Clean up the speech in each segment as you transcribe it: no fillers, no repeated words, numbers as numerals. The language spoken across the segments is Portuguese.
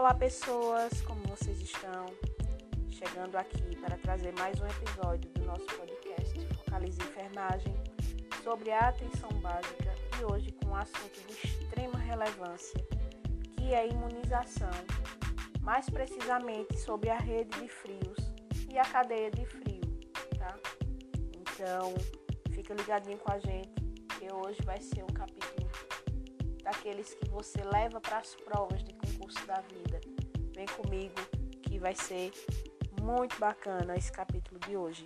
Olá pessoas, como vocês estão? Chegando aqui para trazer mais um episódio do nosso podcast Focalize Enfermagem sobre a atenção básica e hoje com um assunto de extrema relevância, que é a imunização, mais precisamente sobre a rede de frios e a cadeia de frio, tá? Então, fica ligadinho com a gente, que hoje vai ser um capítulo daqueles que você leva para as provas de concurso da vida. Vem comigo que vai ser muito bacana esse capítulo de hoje.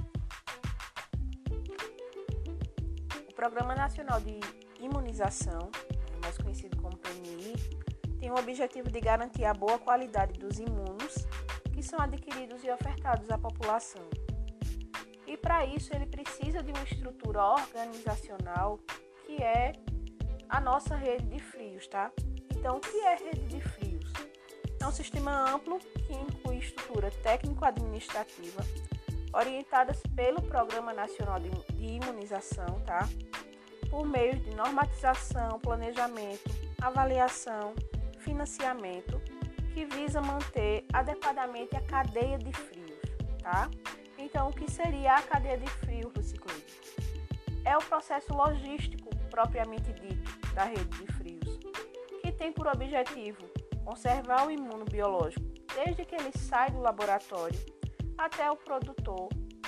O Programa Nacional de Imunização, mais conhecido como PNI, tem o objetivo de garantir a boa qualidade dos imunos que são adquiridos e ofertados à população. E para isso ele precisa de uma estrutura organizacional que é a nossa rede de frios, tá? Então, o que é rede de frios? É um sistema amplo que inclui estrutura técnico-administrativa orientadas pelo Programa Nacional de Imunização, tá? Por meio de normatização, planejamento, avaliação, financiamento, que visa manter adequadamente a cadeia de frios, tá? Então, o que seria a cadeia de frios, Lucicleide? É o processo logístico propriamente dito da rede de frios, que tem por objetivo conservar o imuno biológico desde que ele sai do laboratório até o produtor,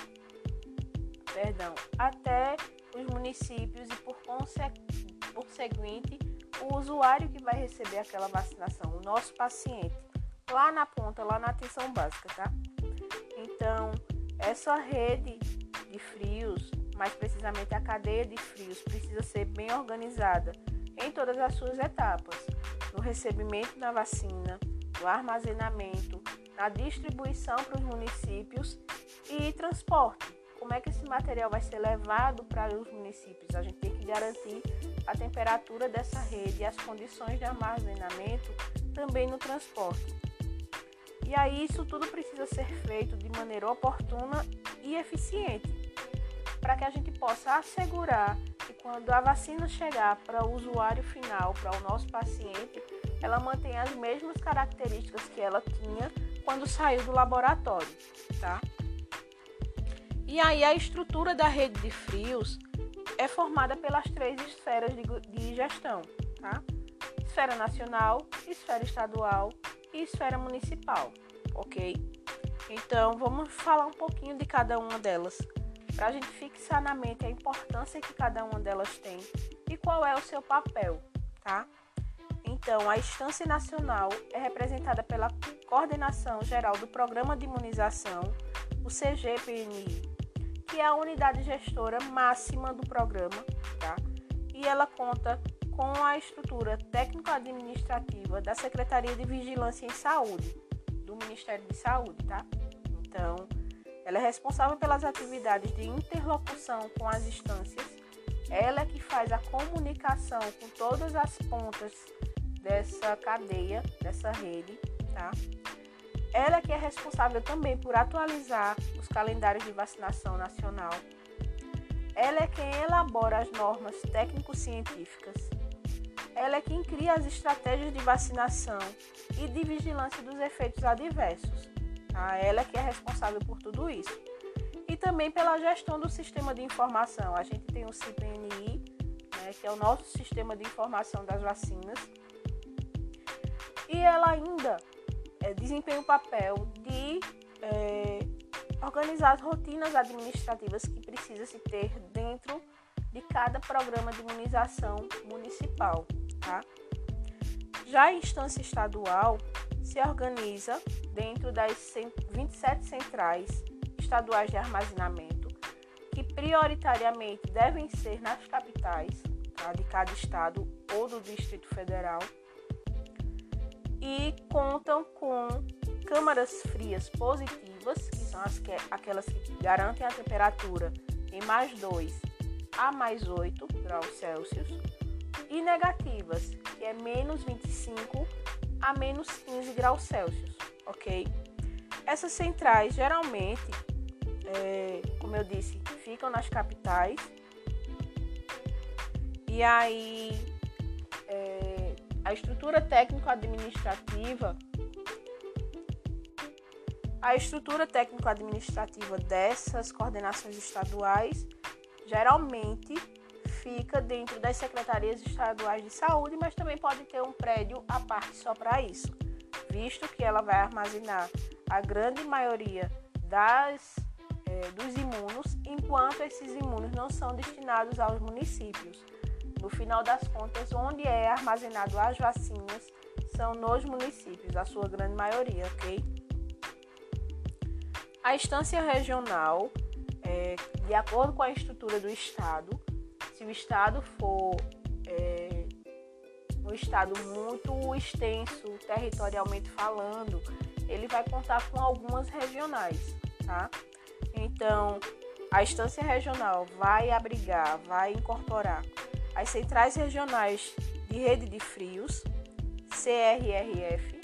até os municípios e por conseguinte o usuário que vai receber aquela vacinação, o nosso paciente, lá na ponta, lá na atenção básica, tá? Então, essa rede de frios, mais precisamente a cadeia de frios, precisa ser bem organizada em todas as suas etapas, no recebimento da vacina, no armazenamento, na distribuição para os municípios e transporte. Como é que esse material vai ser levado para os municípios? A gente tem que garantir a temperatura dessa rede e as condições de armazenamento também no transporte. E aí isso tudo precisa ser feito de maneira oportuna e eficiente, para que a gente possa assegurar que quando a vacina chegar para o usuário final, para o nosso paciente, ela mantenha as mesmas características que ela tinha quando saiu do laboratório, tá? E aí a estrutura da rede de frios é formada pelas 3 esferas de gestão, tá? Esfera nacional, esfera estadual e esfera municipal, ok? Então, vamos falar um pouquinho de cada uma delas, para a gente fixar na mente a importância que cada uma delas tem e qual é o seu papel, tá? Então, a Instância Nacional é representada pela Coordenação Geral do Programa de Imunização, o CGPNI, que é a unidade gestora máxima do programa, tá? E ela conta com a estrutura técnico-administrativa da Secretaria de Vigilância em Saúde, do Ministério de Saúde, tá? Então, ela é responsável pelas atividades de interlocução com as instâncias. Ela é que faz a comunicação com todas as pontas dessa cadeia, dessa rede, tá? Ela é que é responsável também por atualizar os calendários de vacinação nacional. Ela é quem elabora as normas técnico-científicas. Ela é quem cria as estratégias de vacinação e de vigilância dos efeitos adversos. Ela que é responsável por tudo isso. E também pela gestão do sistema de informação. A gente tem o CIPNI, né, que é o nosso sistema de informação das vacinas. E ela ainda desempenha o papel de organizar as rotinas administrativas que precisa se ter dentro de cada programa de imunização municipal, tá? Já a instância estadual se organiza dentro das 27 centrais estaduais de armazenamento, que prioritariamente devem ser nas capitais, tá, de cada estado ou do Distrito Federal, e contam com câmaras frias positivas, que são aquelas que garantem a temperatura em +2 a +8 graus Celsius, e negativas, que é -25 a -15 graus Celsius, ok? Essas centrais geralmente, como eu disse, ficam nas capitais. E aí a estrutura técnico-administrativa A estrutura técnico-administrativa dessas coordenações estaduais geralmente fica dentro das secretarias estaduais de saúde, mas também pode ter um prédio à parte só para isso, visto que ela vai armazenar a grande maioria dos imunos, enquanto esses imunos não são destinados aos municípios. No final das contas, onde é armazenado as vacinas são nos municípios, a sua grande maioria, ok? A instância regional, de acordo com a estrutura do estado, se o estado for um estado muito extenso, territorialmente falando, ele vai contar com algumas regionais, tá? Então, a instância regional vai incorporar as centrais regionais de rede de frios, CRRF,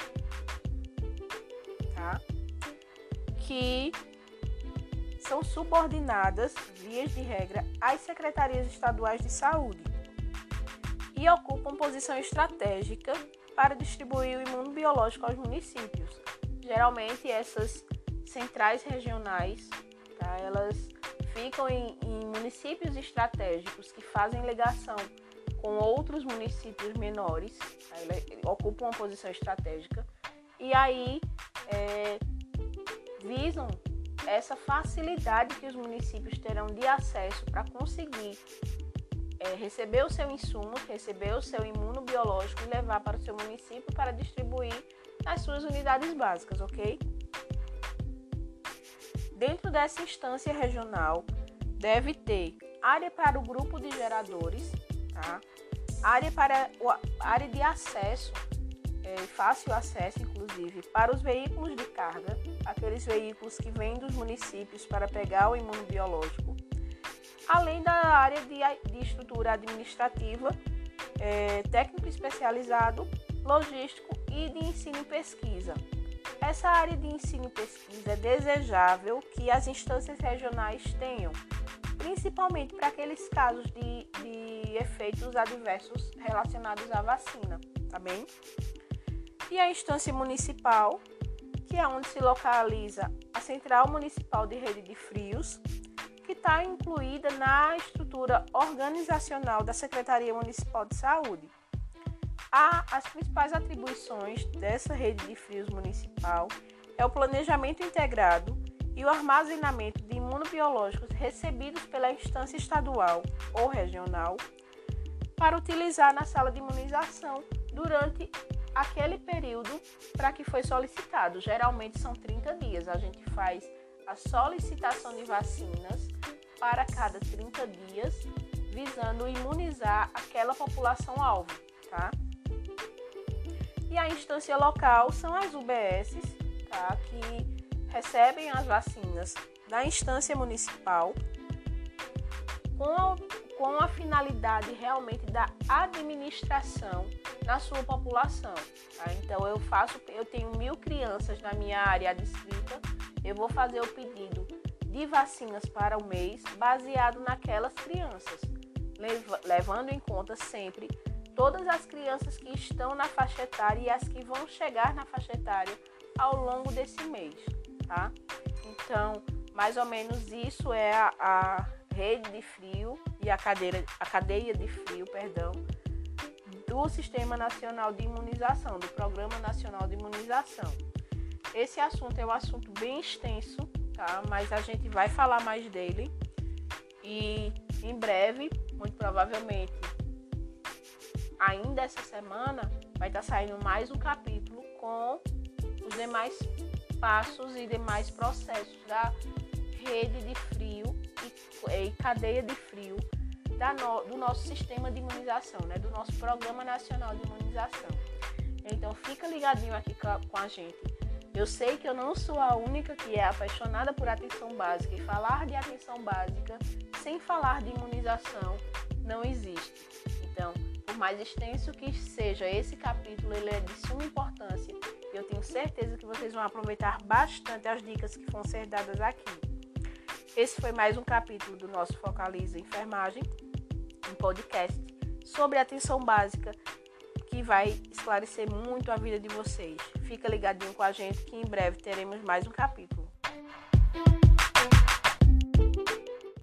tá? Que são subordinadas, vias de regra, às secretarias estaduais de saúde e ocupam posição estratégica para distribuir o imunobiológico aos municípios. Geralmente, essas centrais regionais, tá, elas ficam em municípios estratégicos que fazem ligação com outros municípios menores, tá? Elas ocupam uma posição estratégica e aí visam essa facilidade que os municípios terão de acesso para conseguir receber o seu insumo, receber o seu imunobiológico e levar para o seu município para distribuir nas suas unidades básicas, ok? Dentro dessa instância regional, deve ter área para o grupo de geradores, tá? Área de acesso, fácil acesso, inclusive, para os veículos de carga, aqueles veículos que vêm dos municípios para pegar o imunobiológico, além da área de estrutura administrativa, técnico especializado, logístico e de ensino e pesquisa. Essa área de ensino e pesquisa é desejável que as instâncias regionais tenham, principalmente para aqueles casos de efeitos adversos relacionados à vacina, tá bem? E a instância municipal, que é onde se localiza a Central Municipal de Rede de Frios, que está incluída na estrutura organizacional da Secretaria Municipal de Saúde. As principais atribuições dessa rede de frios municipal é o planejamento integrado e o armazenamento de imunobiológicos recebidos pela instância estadual ou regional para utilizar na sala de imunização durante aquele período para que foi solicitado. Geralmente são 30 dias. A gente faz a solicitação de vacinas para cada 30 dias, visando imunizar aquela população-alvo, tá? E a instância local são as UBSs, tá? Que recebem as vacinas da instância municipal com a finalidade realmente da administração na sua população, tá? Então eu tenho 1.000 crianças na minha área adscrita, eu vou fazer o pedido de vacinas para o mês baseado naquelas crianças, levando em conta sempre todas as crianças que estão na faixa etária e as que vão chegar na faixa etária ao longo desse mês, tá? Então, mais ou menos isso é a rede de frio e a cadeia de frio, do Sistema Nacional de Imunização, do Programa Nacional de Imunização. Esse assunto é um assunto bem extenso, tá? Mas a gente vai falar mais dele e em breve, muito provavelmente, ainda essa semana, vai estar saindo mais um capítulo com os demais passos e demais processos da rede de frio e cadeia de frio do nosso sistema de imunização, né? Do nosso Programa Nacional de Imunização. Então, fica ligadinho aqui com a gente. Eu sei que eu não sou a única que é apaixonada por atenção básica, e falar de atenção básica sem falar de imunização não existe. Então, por mais extenso que seja esse capítulo, ele é de suma importância e eu tenho certeza que vocês vão aproveitar bastante as dicas que vão ser dadas aqui. Esse foi mais um capítulo do nosso Focaliza Enfermagem, um podcast sobre atenção básica que vai esclarecer muito a vida de vocês. Fica ligadinho com a gente que em breve teremos mais um capítulo.